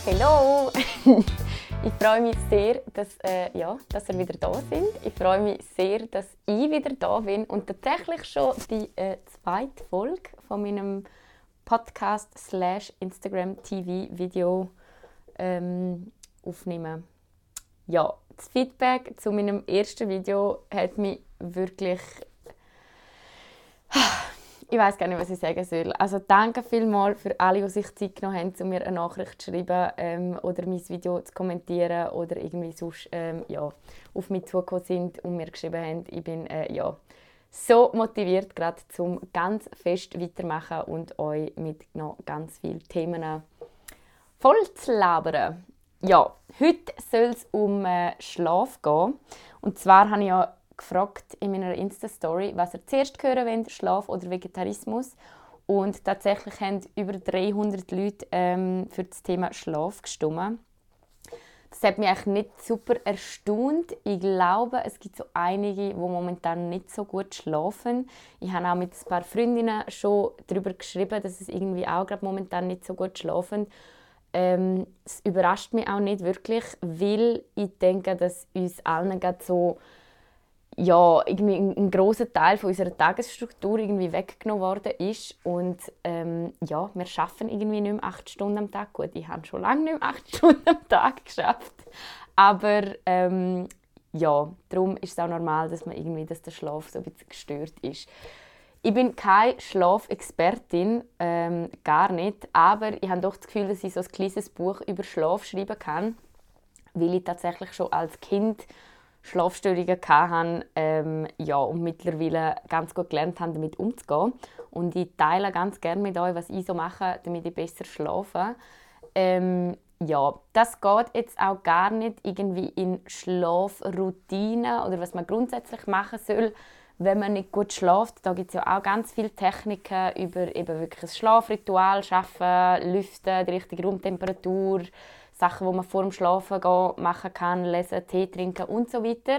Hallo! Ich freue mich sehr, dass ihr wieder da sind. Ich freue mich sehr, dass ich wieder da bin und tatsächlich schon die zweite Folge von meinem Podcast / Instagram TV Video aufnehme. Ja, das Feedback zu meinem ersten Video hat mich wirklich... Ich weiß gar nicht, was ich sagen soll. Also danke vielmals für alle, die sich Zeit genommen haben, mir eine Nachricht zu schreiben oder mein Video zu kommentieren oder irgendwie sonst auf mich zugekommen sind und mir geschrieben haben. Ich bin so motiviert, gerade zum ganz fest weitermachen und euch mit noch ganz vielen Themen voll zu labern. Ja, heute soll es um Schlaf gehen. Und zwar habe ich ja gefragt in meiner Insta-Story, was ihr zuerst hören wollt, Schlaf oder Vegetarismus. Und tatsächlich haben über 300 Leute für das Thema Schlaf gestimmt. Das hat mich eigentlich nicht super erstaunt. Ich glaube, es gibt so einige, die momentan nicht so gut schlafen. Ich habe auch mit ein paar Freundinnen schon darüber geschrieben, dass es irgendwie auch gerade momentan nicht so gut schlafen. Es überrascht mich auch nicht wirklich, weil ich denke, dass uns allen gerade so irgendwie ein grosser Teil von unserer Tagesstruktur irgendwie weggenommen worden ist. Und wir arbeiten irgendwie nicht mehr 8 Stunden am Tag. Gut, ich habe schon lange nicht mehr 8 Stunden am Tag geschafft. Aber darum ist es auch normal, dass der Schlaf so ein bisschen gestört ist. Ich bin keine Schlafexpertin, gar nicht. Aber ich habe doch das Gefühl, dass ich so ein kleines Buch über Schlaf schreiben kann, weil ich tatsächlich schon als Kind Schlafstörungen hatte und mittlerweile ganz gut gelernt habe, damit umzugehen. Und ich teile ganz gerne mit euch, was ich so mache, damit ich besser schlafe. Das geht jetzt auch gar nicht irgendwie in Schlafroutinen oder was man grundsätzlich machen soll, wenn man nicht gut schläft. Da gibt es ja auch ganz viele Techniken über eben wirklich ein Schlafritual, Schaffen, Lüften, die richtige Raumtemperatur, Sachen, die man vor dem Schlafen gehen machen kann, lesen, Tee trinken und so weiter.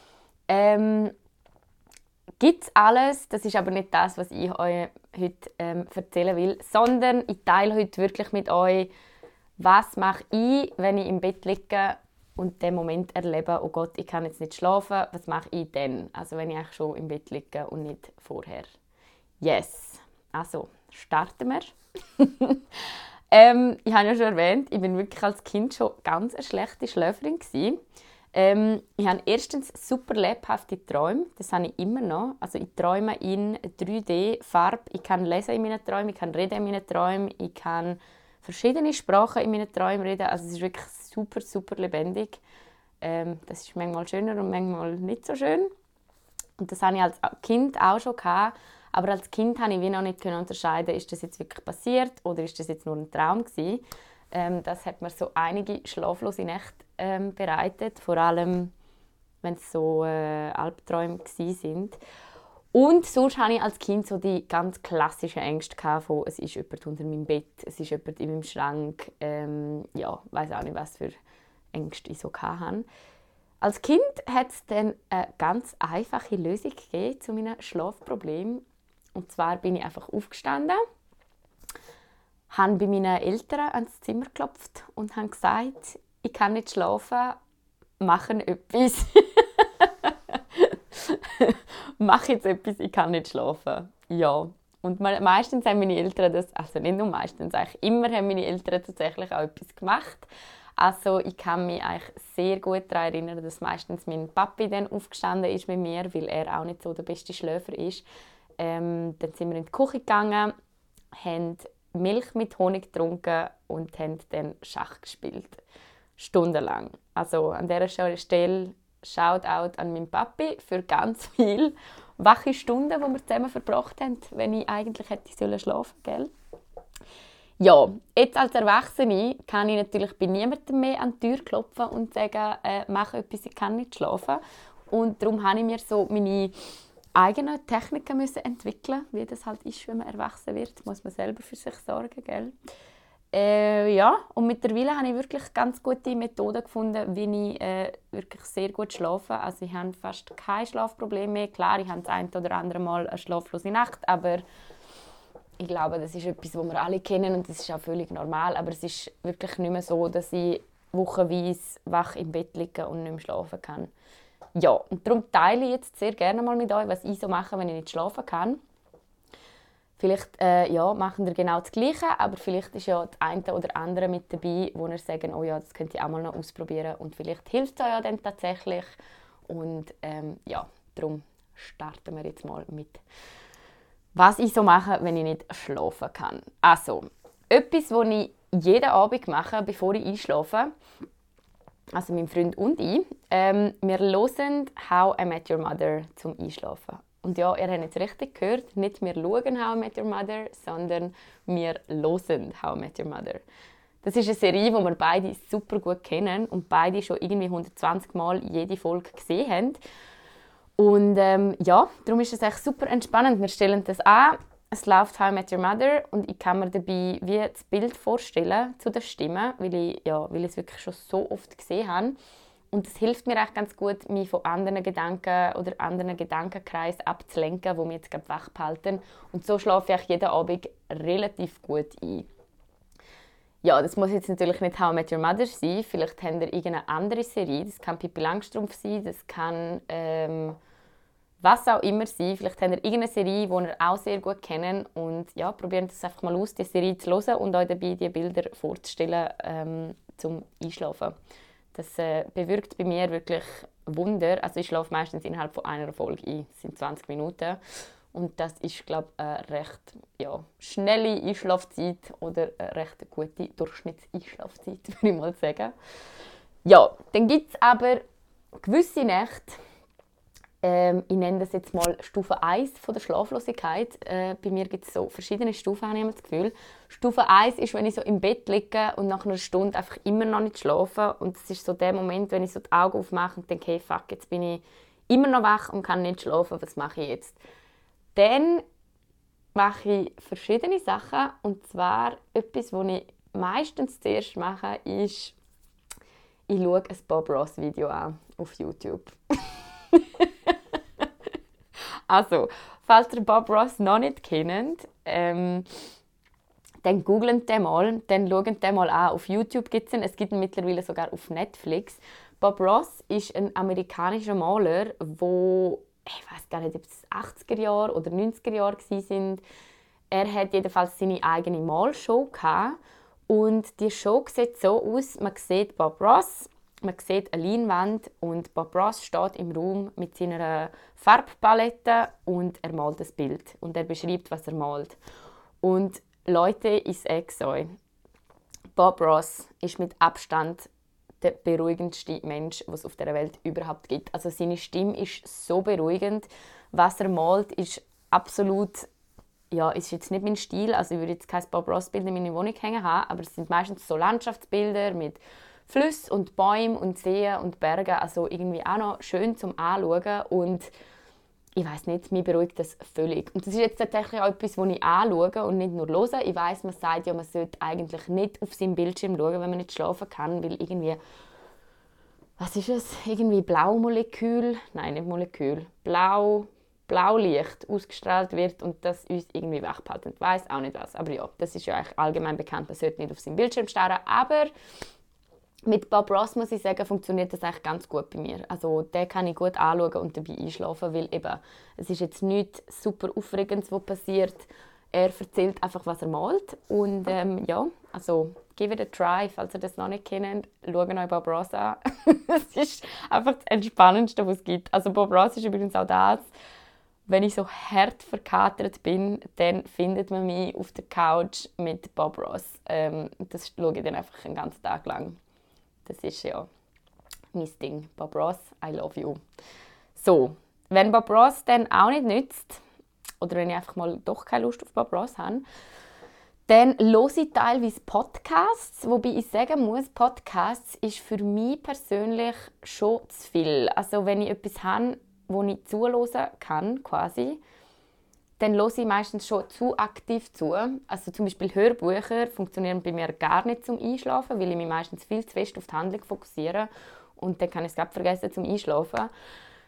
Gibt es alles, das ist aber nicht das, was ich euch heute erzählen will, sondern ich teile heute wirklich mit euch, was mache ich, wenn ich im Bett liege und den Moment erlebe, oh Gott, ich kann jetzt nicht schlafen, was mache ich dann? Also wenn ich eigentlich schon im Bett liege und nicht vorher. Yes, also starten wir. Ich habe ja schon erwähnt, ich bin wirklich als Kind schon ganz eine schlechte Schläferin gewesen. Ich habe erstens super lebhafte Träume, das habe ich immer noch. Also ich träume in 3D-Farbe, ich kann lesen in meinen Träumen, ich kann reden in meinen Träumen, ich kann verschiedene Sprachen in meinen Träumen reden. Also es ist wirklich super, super lebendig. Das ist manchmal schöner und manchmal nicht so schön. Und das hatte ich als Kind auch schon gehabt. Aber als Kind konnte ich wie noch nicht unterscheiden, ist das jetzt wirklich passiert oder ist das jetzt nur ein Traum gewesen. Das hat mir so einige schlaflose Nächte bereitet, vor allem wenn es so Albträume sind. Und sonst hatte ich als Kind so die ganz klassischen Ängste von, es ist jemand unter meinem Bett, es ist jemand in meinem Schrank. Ich weiß auch nicht, was für Ängste ich so hatte. Als Kind hat es dann eine ganz einfache Lösung gegeben zu meinen Schlafproblemen. Und zwar bin ich einfach aufgestanden, habe bei meinen Eltern ans Zimmer geklopft und habe gesagt, ich kann nicht schlafen, machen etwas. Mach jetzt etwas, ich kann nicht schlafen. Ja. Und meistens haben meine Eltern das, also nicht nur meistens, eigentlich immer haben meine Eltern tatsächlich auch etwas gemacht. Also ich kann mich eigentlich sehr gut daran erinnern, dass meistens mein Papi dann aufgestanden ist mit mir, weil er auch nicht so der beste Schläfer ist. Dann sind wir in die Küche gegangen, haben Milch mit Honig getrunken und haben dann Schach gespielt. Stundenlang. Also an dieser Stelle Shoutout an meinen Papi für ganz viele wache Stunden, die wir zusammen verbracht haben, wenn ich eigentlich hätte schlafen sollen. Ja, jetzt als Erwachsene kann ich natürlich bei niemandem mehr an die Tür klopfen und sagen, mach etwas, ich kann nicht schlafen. Und darum habe ich mir so meine eigene Techniken müssen entwickeln, wie das halt ist, wenn man erwachsen wird, muss man selber für sich sorgen, gell? Und mittlerweile habe ich wirklich ganz gute Methoden gefunden, wie ich wirklich sehr gut schlafe. Also ich habe fast keine Schlafprobleme mehr. Klar, ich habe das ein oder andere Mal eine schlaflose Nacht, aber Ich glaube, das ist etwas, was wir alle kennen und das ist auch völlig normal. Aber es ist wirklich nicht mehr so, dass ich wochenweise wach im Bett liege und nicht mehr schlafen kann. Ja, und darum teile ich jetzt sehr gerne mal mit euch, was ich so mache, wenn ich nicht schlafen kann. Vielleicht machen wir genau das Gleiche, aber vielleicht ist ja das eine oder andere mit dabei, wo ihr sagt, oh ja, das könnt ihr auch mal noch ausprobieren und vielleicht hilft es euch ja dann tatsächlich. Und darum starten wir jetzt mal mit, was ich so mache, wenn ich nicht schlafen kann. Also, etwas, was ich jeden Abend mache, bevor ich einschlafe, also mein Freund und ich, wir hören «How I Met Your Mother» zum Einschlafen. Und ja, ihr habt jetzt richtig gehört, nicht wir schauen «How I Met Your Mother», sondern wir hören «How I Met Your Mother». Das ist eine Serie, die wir beide super gut kennen und beide schon irgendwie 120 Mal jede Folge gesehen haben. Und darum ist es echt super entspannend. Wir stellen das an, es läuft «How I Met Your Mother» und ich kann mir dabei wie das Bild vorstellen zu der Stimme, weil ich es wirklich schon so oft gesehen habe. Und es hilft mir echt ganz gut, mich von anderen Gedanken oder anderen Gedankenkreisen abzulenken, die mich jetzt gerade wach behalten. Und so schlafe ich jeden Abend relativ gut ein. Ja, das muss jetzt natürlich nicht «How I Met Your Mother» sein. Vielleicht habt ihr irgendeine andere Serie. Das kann «Pippi Langstrumpf» sein, das kann was auch immer sein. Vielleicht habt ihr irgendeine Serie, die ihr auch sehr gut kennt. Und ja, probiert das einfach mal aus, die Serie zu hören und euch dabei die Bilder vorzustellen zum Einschlafen. Das bewirkt bei mir wirklich Wunder. Also ich schlafe meistens innerhalb von einer Folge ein. Das sind 20 Minuten. Und das ist, glaube ich, eine recht schnelle Einschlafzeit oder eine recht gute Durchschnittseinschlafzeit, würde ich mal sagen. Ja, dann gibt es aber gewisse Nächte, ich nenne das jetzt mal Stufe 1 von der Schlaflosigkeit. Bei mir gibt es so verschiedene Stufen, habe ich immer das Gefühl. Stufe 1 ist, wenn ich so im Bett liege und nach einer Stunde einfach immer noch nicht schlafe. Und das ist so der Moment, wenn ich so die Augen aufmache und denke, hey, fuck, jetzt bin ich immer noch wach und kann nicht schlafen, was mache ich jetzt? Dann mache ich verschiedene Sachen. Und zwar etwas, was ich meistens zuerst mache, ist, ich schaue ein Bob Ross Video an auf YouTube. Also, falls ihr Bob Ross noch nicht kennt, dann googelt den mal, dann schaut den mal an. Auf YouTube gibt es ihn, es gibt ihn mittlerweile sogar auf Netflix. Bob Ross ist ein amerikanischer Maler, wo ich weiß gar nicht, ob es 80er Jahre oder 90er Jahre waren. Er hat jedenfalls seine eigene Malshow gehabt. Und die Show sieht so aus, man sieht Bob Ross, man sieht eine Leinwand und Bob Ross steht im Raum mit seiner Farbpalette und er malt das Bild. Und er beschreibt, was er malt. Und Leute, ich sage es euch, Bob Ross ist mit Abstand der beruhigendste Mensch, was es auf der Welt überhaupt gibt. Also seine Stimme ist so beruhigend. Was er malt, ist absolut, ist jetzt nicht mein Stil. Also ich würde jetzt kein Bob Ross Bild in meine Wohnung hängen haben, aber es sind meistens so Landschaftsbilder mit Flüssen und Bäumen und Seen und Bergen. Also irgendwie auch noch schön zum Anschauen und ich weiß nicht, mich beruhigt das völlig. Und das ist jetzt tatsächlich auch etwas, das ich anschaue und nicht nur höre. Ich weiss, man sagt ja, man sollte eigentlich nicht auf seinen Bildschirm schauen, wenn man nicht schlafen kann, weil irgendwie, was ist es? Irgendwie Blaumolekül, nein, nicht Molekül, Blaulicht ausgestrahlt wird und das uns irgendwie wachhält. Ich weiss auch nicht was, aber ja, das ist ja eigentlich allgemein bekannt, man sollte nicht auf seinen Bildschirm starren, aber mit Bob Ross, muss ich sagen, funktioniert das eigentlich ganz gut bei mir. Also den kann ich gut anschauen und dabei einschlafen, weil eben, es ist jetzt nichts super Aufregendes, was passiert. Er erzählt einfach, was er malt und also give it a try, falls ihr das noch nicht kennt, schaut euch Bob Ross an. Es ist einfach das Entspannendste, was es gibt. Also Bob Ross ist übrigens auch das, wenn ich so hart verkatert bin, dann findet man mich auf der Couch mit Bob Ross. Das schaue ich dann einfach einen ganzen Tag lang. Das ist ja mein Ding. Bob Ross, I love you. So, wenn Bob Ross dann auch nicht nützt, oder wenn ich einfach mal doch keine Lust auf Bob Ross habe, dann höre ich teilweise Podcasts, wobei ich sagen muss, Podcasts ist für mich persönlich schon zu viel. Also wenn ich etwas habe, wo ich zuhören kann, quasi, dann höre ich meistens schon zu aktiv zu. Also zum Beispiel Hörbücher funktionieren bei mir gar nicht zum Einschlafen, weil ich mich meistens viel zu fest auf die Handlung fokussiere und dann kann ich es gerade vergessen zum Einschlafen.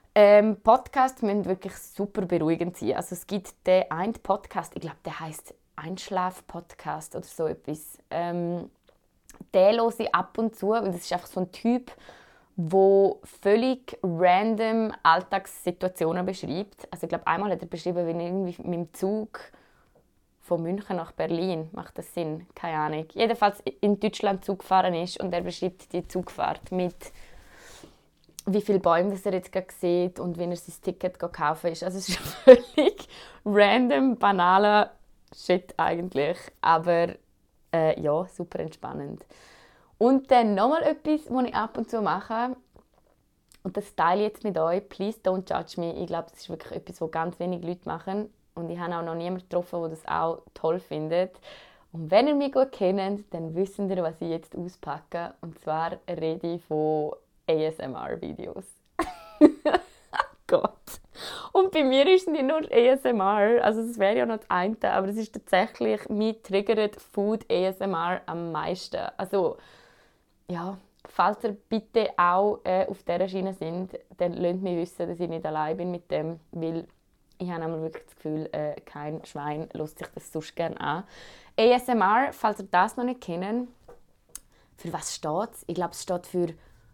Podcasts müssen wirklich super beruhigend sein. Also es gibt den einen Podcast, ich glaube, der heißt Einschlaf-Podcast oder so etwas. Den höre ich ab und zu, weil das ist einfach so ein Typ, der völlig random Alltagssituationen beschreibt. Also ich glaube, einmal hat er beschrieben, wie er irgendwie mit dem Zug von München nach Berlin, macht das Sinn? Keine Ahnung. Jedenfalls in Deutschland Zug gefahren ist und er beschreibt die Zugfahrt mit wie viele Bäume das er jetzt gerade sieht und wie er sein Ticket kaufen ist. Also es ist völlig random, banaler Shit eigentlich, aber ja, super entspannend. Und dann nochmal etwas, was ich ab und zu mache, und das teile ich jetzt mit euch. Please don't judge me. Ich glaube, das ist wirklich etwas, was ganz wenige Leute machen. Und ich habe auch noch niemanden getroffen, der das auch toll findet. Und wenn ihr mich gut kennt, dann wisst ihr, was ich jetzt auspacke. Und zwar rede ich von ASMR-Videos. Gott. Und bei mir ist es nicht nur ASMR, also es wäre ja noch das eine, aber es ist tatsächlich, mich triggert Food ASMR am meisten. Also, ja, falls ihr bitte auch auf dieser Schiene sind, dann lasst mich wissen, dass ich nicht allein bin mit dem, weil ich habe wirklich das Gefühl, kein Schwein lässt sich das sonst gerne an. ASMR, falls ihr das noch nicht kennt, für was steht es? Ich glaube, es steht für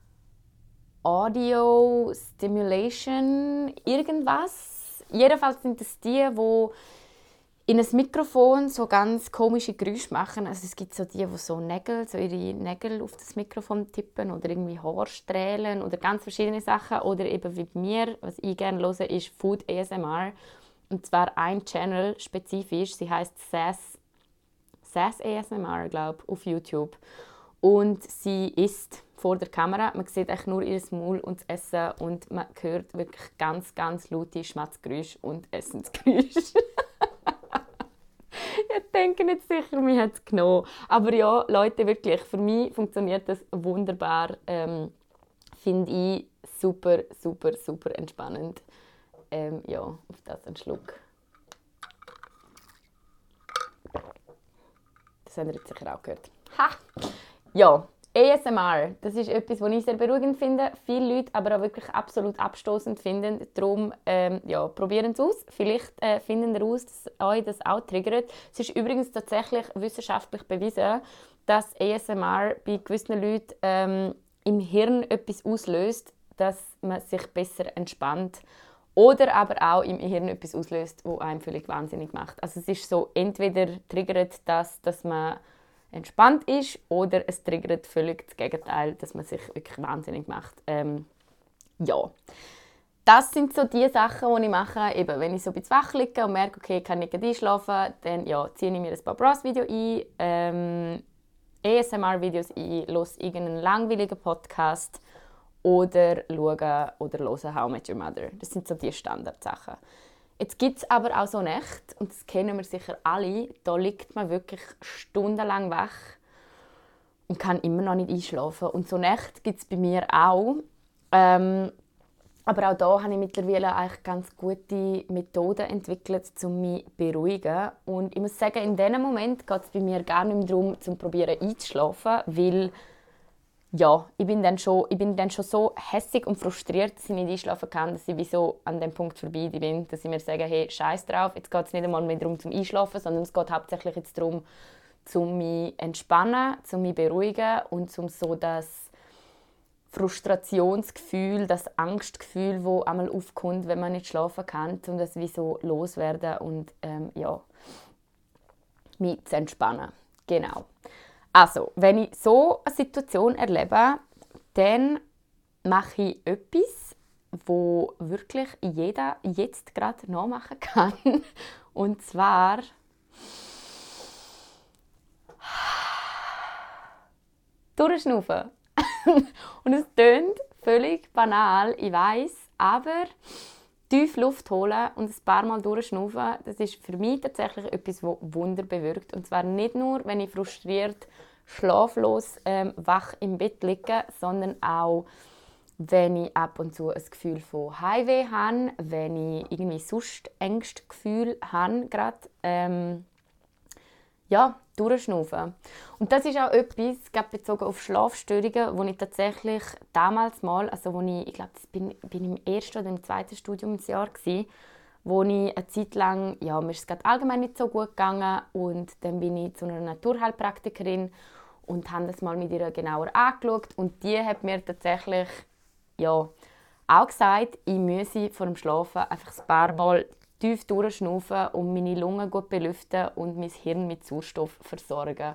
Audio Stimulation, irgendwas. Jedenfalls sind es die in ein Mikrofon so ganz komische Geräusche machen. Also es gibt so die so Nägel, so ihre Nägel auf das Mikrofon tippen oder irgendwie Haarstrählen oder ganz verschiedene Sachen. Oder eben wie bei mir, was ich gerne höre, ist Food ASMR. Und zwar ein Channel spezifisch, sie heißt Sass ASMR, glaube ich, auf YouTube. Und sie isst vor der Kamera. Man sieht eigentlich nur ihr Maul und das Essen und man hört wirklich ganz, ganz laute Schmatzgeräusche und Essensgeräusche. Ich denke nicht sicher, mir hat es genommen. Aber ja, Leute, wirklich, für mich funktioniert das wunderbar. Finde ich super, super, super entspannend. Ja, auf das ein Schluck. Das habt ihr jetzt sicher auch gehört. Ha! Ja, ASMR, das ist etwas, was ich sehr beruhigend finde. Viele Leute aber auch wirklich absolut abstoßend finden. Darum, ja, probieren Sie es aus. Vielleicht finden Sie heraus, dass euch das auch triggert. Es ist übrigens tatsächlich wissenschaftlich bewiesen, dass ASMR bei gewissen Leuten im Hirn etwas auslöst, dass man sich besser entspannt. Oder aber auch im Hirn etwas auslöst, das einem völlig wahnsinnig macht. Also es ist so, entweder triggert das, dass man entspannt ist, oder es triggert völlig das Gegenteil, dass man sich wirklich wahnsinnig macht. Ja. Das sind so die Sachen, die ich mache, eben, wenn ich so ein bisschen wach liege und merke, okay, ich kann nicht einschlafen, dann ja, ziehe ich mir ein paar Bros-Videos ein, ASMR-Videos ein, höre irgendeinen langweiligen Podcast oder schaue oder höre «How I Met Your Mother». Das sind so die Standardsachen. Jetzt gibt es aber auch so Nächte, und das kennen wir sicher alle, da liegt man wirklich stundenlang wach und kann immer noch nicht einschlafen. Und so Nächte gibt es bei mir auch. Aber auch da habe ich mittlerweile eigentlich ganz gute Methoden entwickelt, um mich zu beruhigen. Und ich muss sagen, in diesem Moment geht es bei mir gar nicht mehr darum, zu probieren einzuschlafen, weil ja, ich bin dann schon so hässig und frustriert, dass ich nicht einschlafen kann, dass ich so an dem Punkt vorbei bin, dass ich mir sage, hey, scheiß drauf, jetzt geht es nicht einmal mehr darum, zum Einschlafen, sondern es geht hauptsächlich jetzt darum, mich entspannen, mich beruhigen und so das Frustrationsgefühl, das Angstgefühl, das einmal aufkommt, wenn man nicht schlafen kann, um das wie so loswerden und ja, mich zu entspannen. Genau. Also, wenn ich so eine Situation erlebe, dann mache ich etwas, wo wirklich jeder jetzt gerade nachmachen kann. Und zwar durchschnaufen. Und es klingt völlig banal, ich weiß, aber tief Luft holen und ein paar Mal durchschnaufen, das ist für mich tatsächlich etwas, das Wunder bewirkt. Und zwar nicht nur, wenn ich frustriert, schlaflos, wach im Bett liege, sondern auch, wenn ich ab und zu ein Gefühl von Heimweh habe, wenn ich irgendwie sonst Ängstgefühl habe, gerade, ja, durchschnaufen. Und das ist auch etwas, bezogen auf Schlafstörungen, wo ich tatsächlich damals mal, also wo ich glaube, das bin im ersten oder im zweiten Studiumsjahr gsi, wo ich eine Zeit lang, ja, mir ist es gerade allgemein nicht so gut gegangen und dann bin ich zu einer Naturheilpraktikerin und habe das mal mit ihr genauer angeschaut und die hat mir tatsächlich, ja, auch gesagt, ich müsse vor dem Schlafen einfach ein paar Mal tief durchschnaufen und meine Lungen gut belüften und mein Hirn mit Sauerstoff versorgen.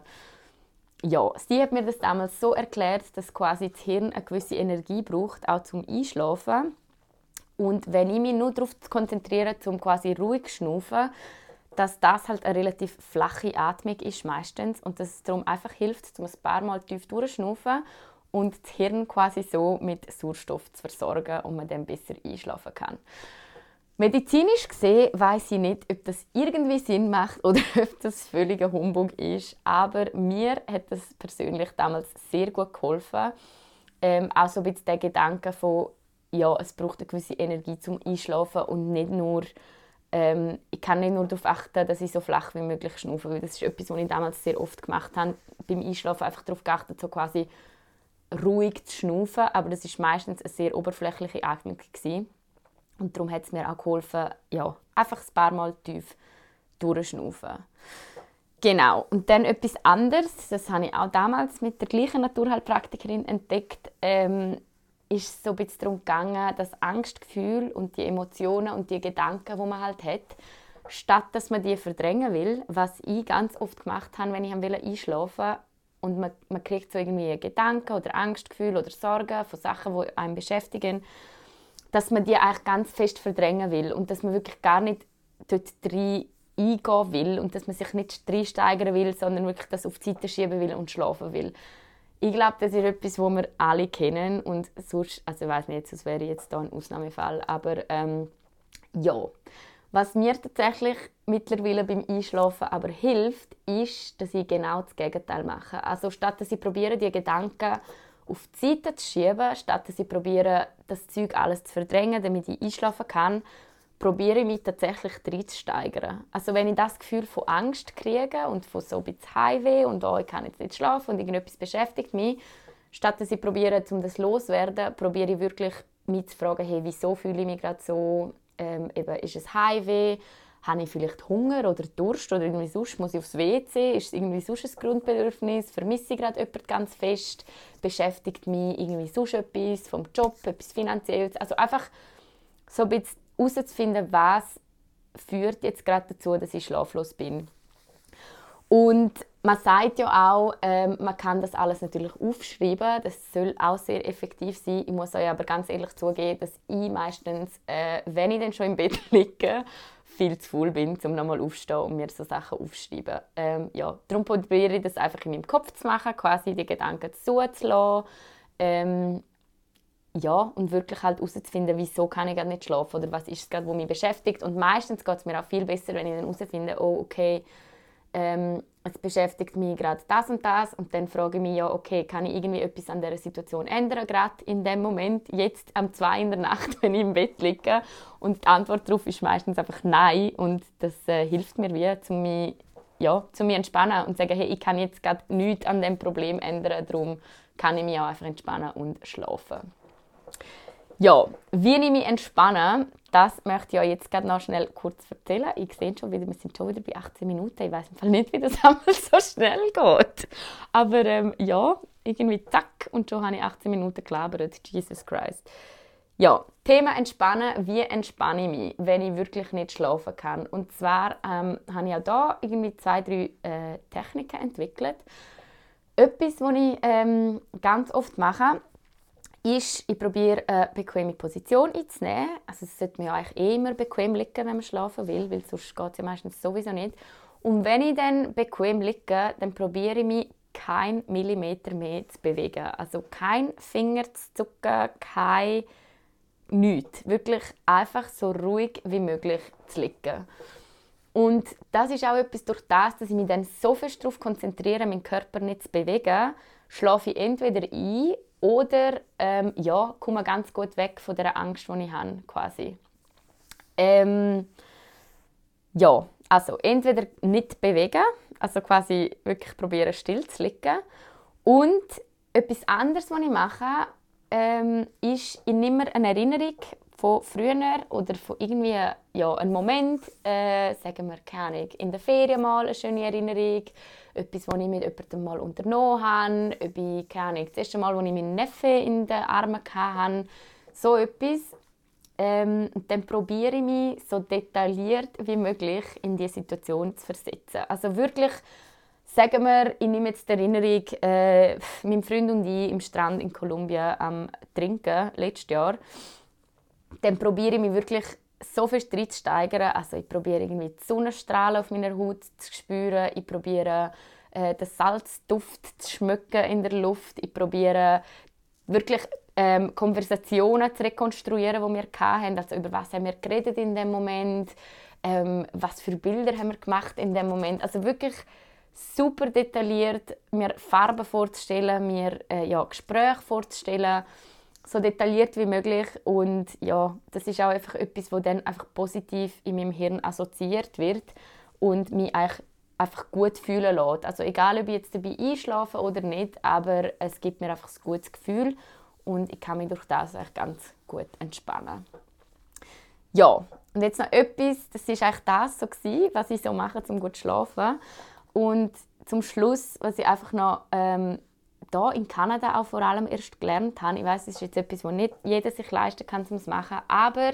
Ja, sie hat mir das damals so erklärt, dass quasi das Hirn eine gewisse Energie braucht, auch zum Einschlafen. Und wenn ich mich nur darauf konzentriere, um quasi ruhig zu schnaufen, dass das halt eine relativ flache Atmung ist meistens und dass es darum einfach hilft, um ein paar Mal tief durchzuschnaufen und das Hirn quasi so mit Sauerstoff zu versorgen und man dann besser einschlafen kann. Medizinisch gesehen weiss ich nicht, ob das irgendwie Sinn macht oder ob das völliger Humbug ist, aber mir hat das persönlich damals sehr gut geholfen. Auch so ein bisschen der Gedanke von, ja, es braucht eine gewisse Energie zum Einschlafen und nicht nur, ich kann nicht nur darauf achten, dass ich so flach wie möglich schnaufe, weil das ist etwas, was ich damals sehr oft gemacht habe, beim Einschlafen einfach darauf geachtet, so quasi ruhig zu schnaufen, aber das ist meistens eine sehr oberflächliche Atmung gewesen. Und darum hat es mir auch geholfen, ja, einfach ein paar Mal tief durchschnaufen. Genau. Und dann etwas anderes, das habe ich auch damals mit der gleichen Naturheilpraktikerin entdeckt, ist so ein bisschen darum gegangen, das Angstgefühl und die Emotionen und die Gedanken, die man halt hat, statt dass man die verdrängen will, was ich ganz oft gemacht habe, wenn ich einschlafen wollte, und man kriegt so irgendwie Gedanken oder Angstgefühle oder Sorgen von Sachen, die einen beschäftigen, dass man die eigentlich ganz fest verdrängen will und dass man wirklich gar nicht dort rein eingehen will und dass man sich nicht reinsteigern will, sondern wirklich das auf die Seite schieben will und schlafen will. Ich glaube, das ist etwas, was wir alle kennen und sonst, also ich weiss nicht, sonst wäre jetzt da ein Ausnahmefall, aber ja. Was mir tatsächlich mittlerweile beim Einschlafen aber hilft, ist, dass ich genau das Gegenteil mache. Also statt dass ich probiere, die Gedanken auf die Seite zu schieben, statt dass ich probiere, das Zeug alles zu verdrängen, damit ich einschlafen kann, probiere ich mich tatsächlich reinzusteigern. Also wenn ich das Gefühl von Angst kriege und von so ein bisschen Heimweh und oh, ich kann jetzt nicht schlafen und irgendetwas beschäftigt mich, statt dass ich probiere, um das loszuwerden, probiere ich wirklich mich zu fragen, hey, wieso fühle ich mich gerade so? Eben, ist es Heimweh? Habe ich vielleicht Hunger oder Durst oder irgendwie sonst muss ich aufs WC? Ist es irgendwie sonst ein Grundbedürfnis? Vermisse ich gerade jemanden ganz fest? Beschäftigt mich irgendwie sonst etwas vom Job, etwas Finanzielles? Also einfach so ein bisschen herauszufinden, was führt jetzt gerade dazu, dass ich schlaflos bin. Und man sagt ja auch, man kann das alles natürlich aufschreiben. Das soll auch sehr effektiv sein. Ich muss euch aber ganz ehrlich zugeben, dass ich meistens, wenn ich dann schon im Bett liege, viel zu faul bin, um nochmal aufzustehen und mir so Sachen aufzuschreiben. Ja, darum probiere ich das einfach in meinem Kopf zu machen, quasi die Gedanken zuzulassen. Ja, und wirklich halt herauszufinden, wieso kann ich gerade nicht schlafen oder was ist es gerade, was mich beschäftigt. Und meistens geht es mir auch viel besser, wenn ich dann herausfinde, oh, okay, es beschäftigt mich gerade das und dann frage ich mich ja, okay, kann ich irgendwie etwas an dieser Situation ändern, gerade in dem Moment, jetzt um 2 in der Nacht, wenn ich im Bett liege? Und die Antwort darauf ist meistens einfach nein und das hilft mir wie, zu mich entspannen und sagen, hey, ich kann jetzt gerade nichts an dem Problem ändern, darum kann ich mich auch einfach entspannen und schlafen. Ja, wie ich mich entspanne, das möchte ich euch jetzt gerade noch schnell kurz erzählen. Ich sehe schon wieder, wir sind schon wieder bei 18 Minuten. Ich weiß nicht, wie das einmal so schnell geht. Aber ja, irgendwie zack und schon habe ich 18 Minuten gelabert. Jesus Christ. Ja, Thema Entspannen. Wie entspanne ich mich, wenn ich wirklich nicht schlafen kann? Und zwar habe ich auch da irgendwie 2, 3 Techniken entwickelt. Etwas, was ich ganz oft mache, ist, ich probiere eine bequeme Position einzunehmen. Also es sollte mir ja eigentlich immer bequem liegen, wenn man schlafen will, weil sonst geht es ja meistens sowieso nicht. Und wenn ich dann bequem liege, dann probiere ich mich keinen Millimeter mehr zu bewegen. Also kein Finger zu zucken, kein nichts. Wirklich einfach so ruhig wie möglich zu liegen. Und das ist auch etwas, durch das, dass ich mich dann so fest darauf konzentriere, meinen Körper nicht zu bewegen, schlafe ich entweder ein oder ja, komme ganz gut weg von der Angst, die ich habe, quasi. Ja, also entweder nicht bewegen, also quasi wirklich probieren still zu liegen. Und etwas anderes, was ich mache, ist, ich nehme mir eine Erinnerung von früher oder von irgendwie einem Moment, sagen wir, keine Ahnung, in der Ferien mal eine schöne Erinnerung, etwas, was ich mit jemandem mal unternommen habe, ob ich, keine Ahnung, das erste Mal, als ich meinen Neffen in den Armen hatte, so etwas. Und dann probiere ich mich so detailliert wie möglich in diese Situation zu versetzen. Also wirklich, sagen wir, ich nehme jetzt die Erinnerung, mein Freund und ich im Strand in Kolumbien am Trinken, letztes Jahr. Dann probiere ich mich wirklich so viel zu steigern. Also ich probiere irgendwie die Sonnenstrahlen auf meiner Haut zu spüren. Ich probiere den Salzduft zu schmecken in der Luft. Ich probiere wirklich Konversationen zu rekonstruieren, die wir hatten. Also über was haben wir geredet in dem Moment, was für Bilder haben wir gemacht in dem Moment. Also wirklich super detailliert, mir Farben vorzustellen, mir Gespräche vorzustellen, so detailliert wie möglich. Und ja, das ist auch einfach etwas, das dann einfach positiv in meinem Hirn assoziiert wird und mich eigentlich einfach gut fühlen lässt. Also egal, ob ich jetzt dabei einschlafe oder nicht, aber es gibt mir einfach ein gutes Gefühl und ich kann mich durch das eigentlich ganz gut entspannen. Ja, und jetzt noch etwas, das war eigentlich das so gewesen, was ich so mache, um gut zu schlafen. Und zum Schluss, was ich einfach noch hier in Kanada auch vor allem erst gelernt habe, ich weiss, es ist jetzt etwas, das nicht jeder sich leisten kann, um es zu machen, aber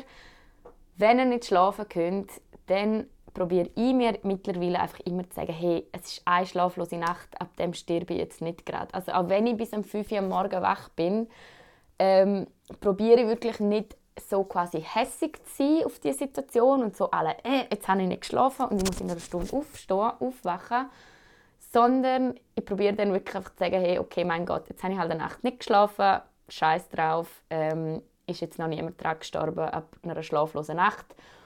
wenn ihr nicht schlafen könnt, dann probiere ich mir mittlerweile einfach immer zu sagen, hey, es ist eine schlaflose Nacht, ab dem sterbe ich jetzt nicht gerade. Also auch wenn ich bis um 5 Uhr am Morgen wach bin, probiere ich wirklich nicht so quasi hässig zu sein auf diese Situation und so alle, jetzt habe ich nicht geschlafen und ich muss in einer Stunde aufwachen, sondern ich probiere dann wirklich einfach zu sagen, hey, okay, mein Gott, jetzt habe ich halt eine Nacht nicht geschlafen, scheiß drauf, ist jetzt noch niemand dran gestorben ab einer schlaflosen Nacht.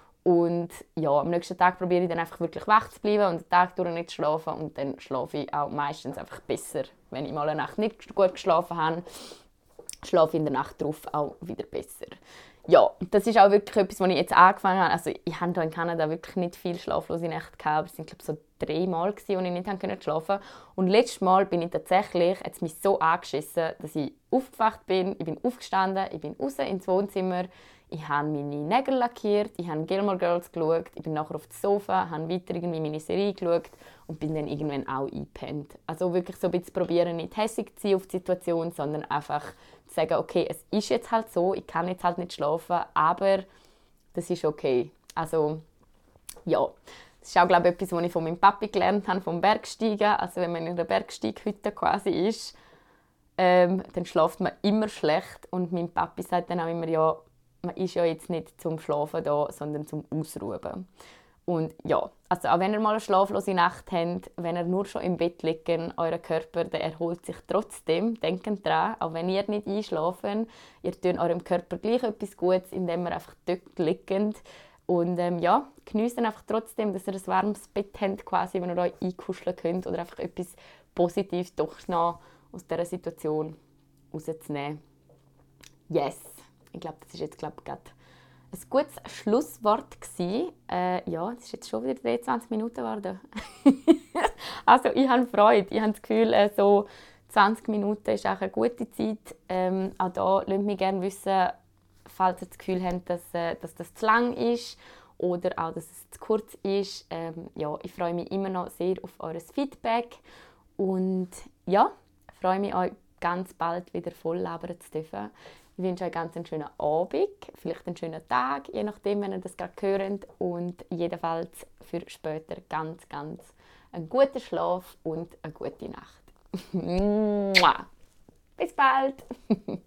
Und ja, am nächsten Tag probiere ich dann einfach wirklich wach zu bleiben und den Tag durch nicht zu schlafen und dann schlafe ich auch meistens einfach besser. Wenn ich mal eine Nacht nicht gut geschlafen habe, schlafe ich in der Nacht darauf auch wieder besser. Ja, das ist auch wirklich etwas, was ich jetzt angefangen habe. Also ich habe hier in Kanada wirklich nicht viele schlaflose Nächte gehabt, aber es sind glaube ich so 3 Mal, wo ich nicht schlafen konnte. Und letztes Mal bin ich tatsächlich, hat es mich so angeschissen, dass ich aufgewacht bin, ich bin aufgestanden, ich bin raus ins Wohnzimmer, ich habe meine Nägel lackiert, ich habe Gilmore Girls geschaut, ich bin nachher auf das Sofa, habe weiter irgendwie meine Serie geschaut und bin dann irgendwann auch eingepennt. Also wirklich so ein bisschen probieren, nicht hässig zu sein auf die Situation, sondern einfach zu sagen, okay, es ist jetzt halt so, ich kann jetzt halt nicht schlafen, aber das ist okay. Also ja, das ist auch glaube ich, etwas, was ich von meinem Papi gelernt habe, vom Bergsteigen. Also wenn man in einer Bergsteighütte quasi ist, dann schläft man immer schlecht und mein Papi sagt dann auch immer, ja, man ist ja jetzt nicht zum Schlafen da, sondern zum Ausruhen. Und ja, also auch wenn ihr mal eine schlaflose Nacht habt, wenn ihr nur schon im Bett liegt, euer Körper, der erholt sich trotzdem. Denkt dran, auch wenn ihr nicht einschlafen, ihr tut eurem Körper gleich etwas Gutes, indem ihr einfach dort liegt. Und ja, genießt einfach trotzdem, dass ihr ein warmes Bett habt, quasi, wenn ihr euch einkuscheln könnt oder einfach etwas Positives doch noch aus dieser Situation rauszunehmen. Yes! Ich glaube, das ist jetzt gerade ein gutes Schlusswort gewesen. Ja, es ist jetzt schon wieder 23 Minuten geworden. Also ich habe Freude. Ich habe das Gefühl, so 20 Minuten ist auch eine gute Zeit. Auch da lasst mich gerne wissen, falls ihr das Gefühl habt, dass das zu lang ist oder auch, dass es zu kurz ist. Ja, ich freue mich immer noch sehr auf eures Feedback. Und ja, ich freue mich, euch ganz bald wieder voll labern zu dürfen. Ich wünsche euch ganz einen schönen Abend, vielleicht einen schönen Tag, je nachdem, wenn ihr das gerade hört. Und jedenfalls für später ganz, ganz einen guten Schlaf und eine gute Nacht. Bis bald!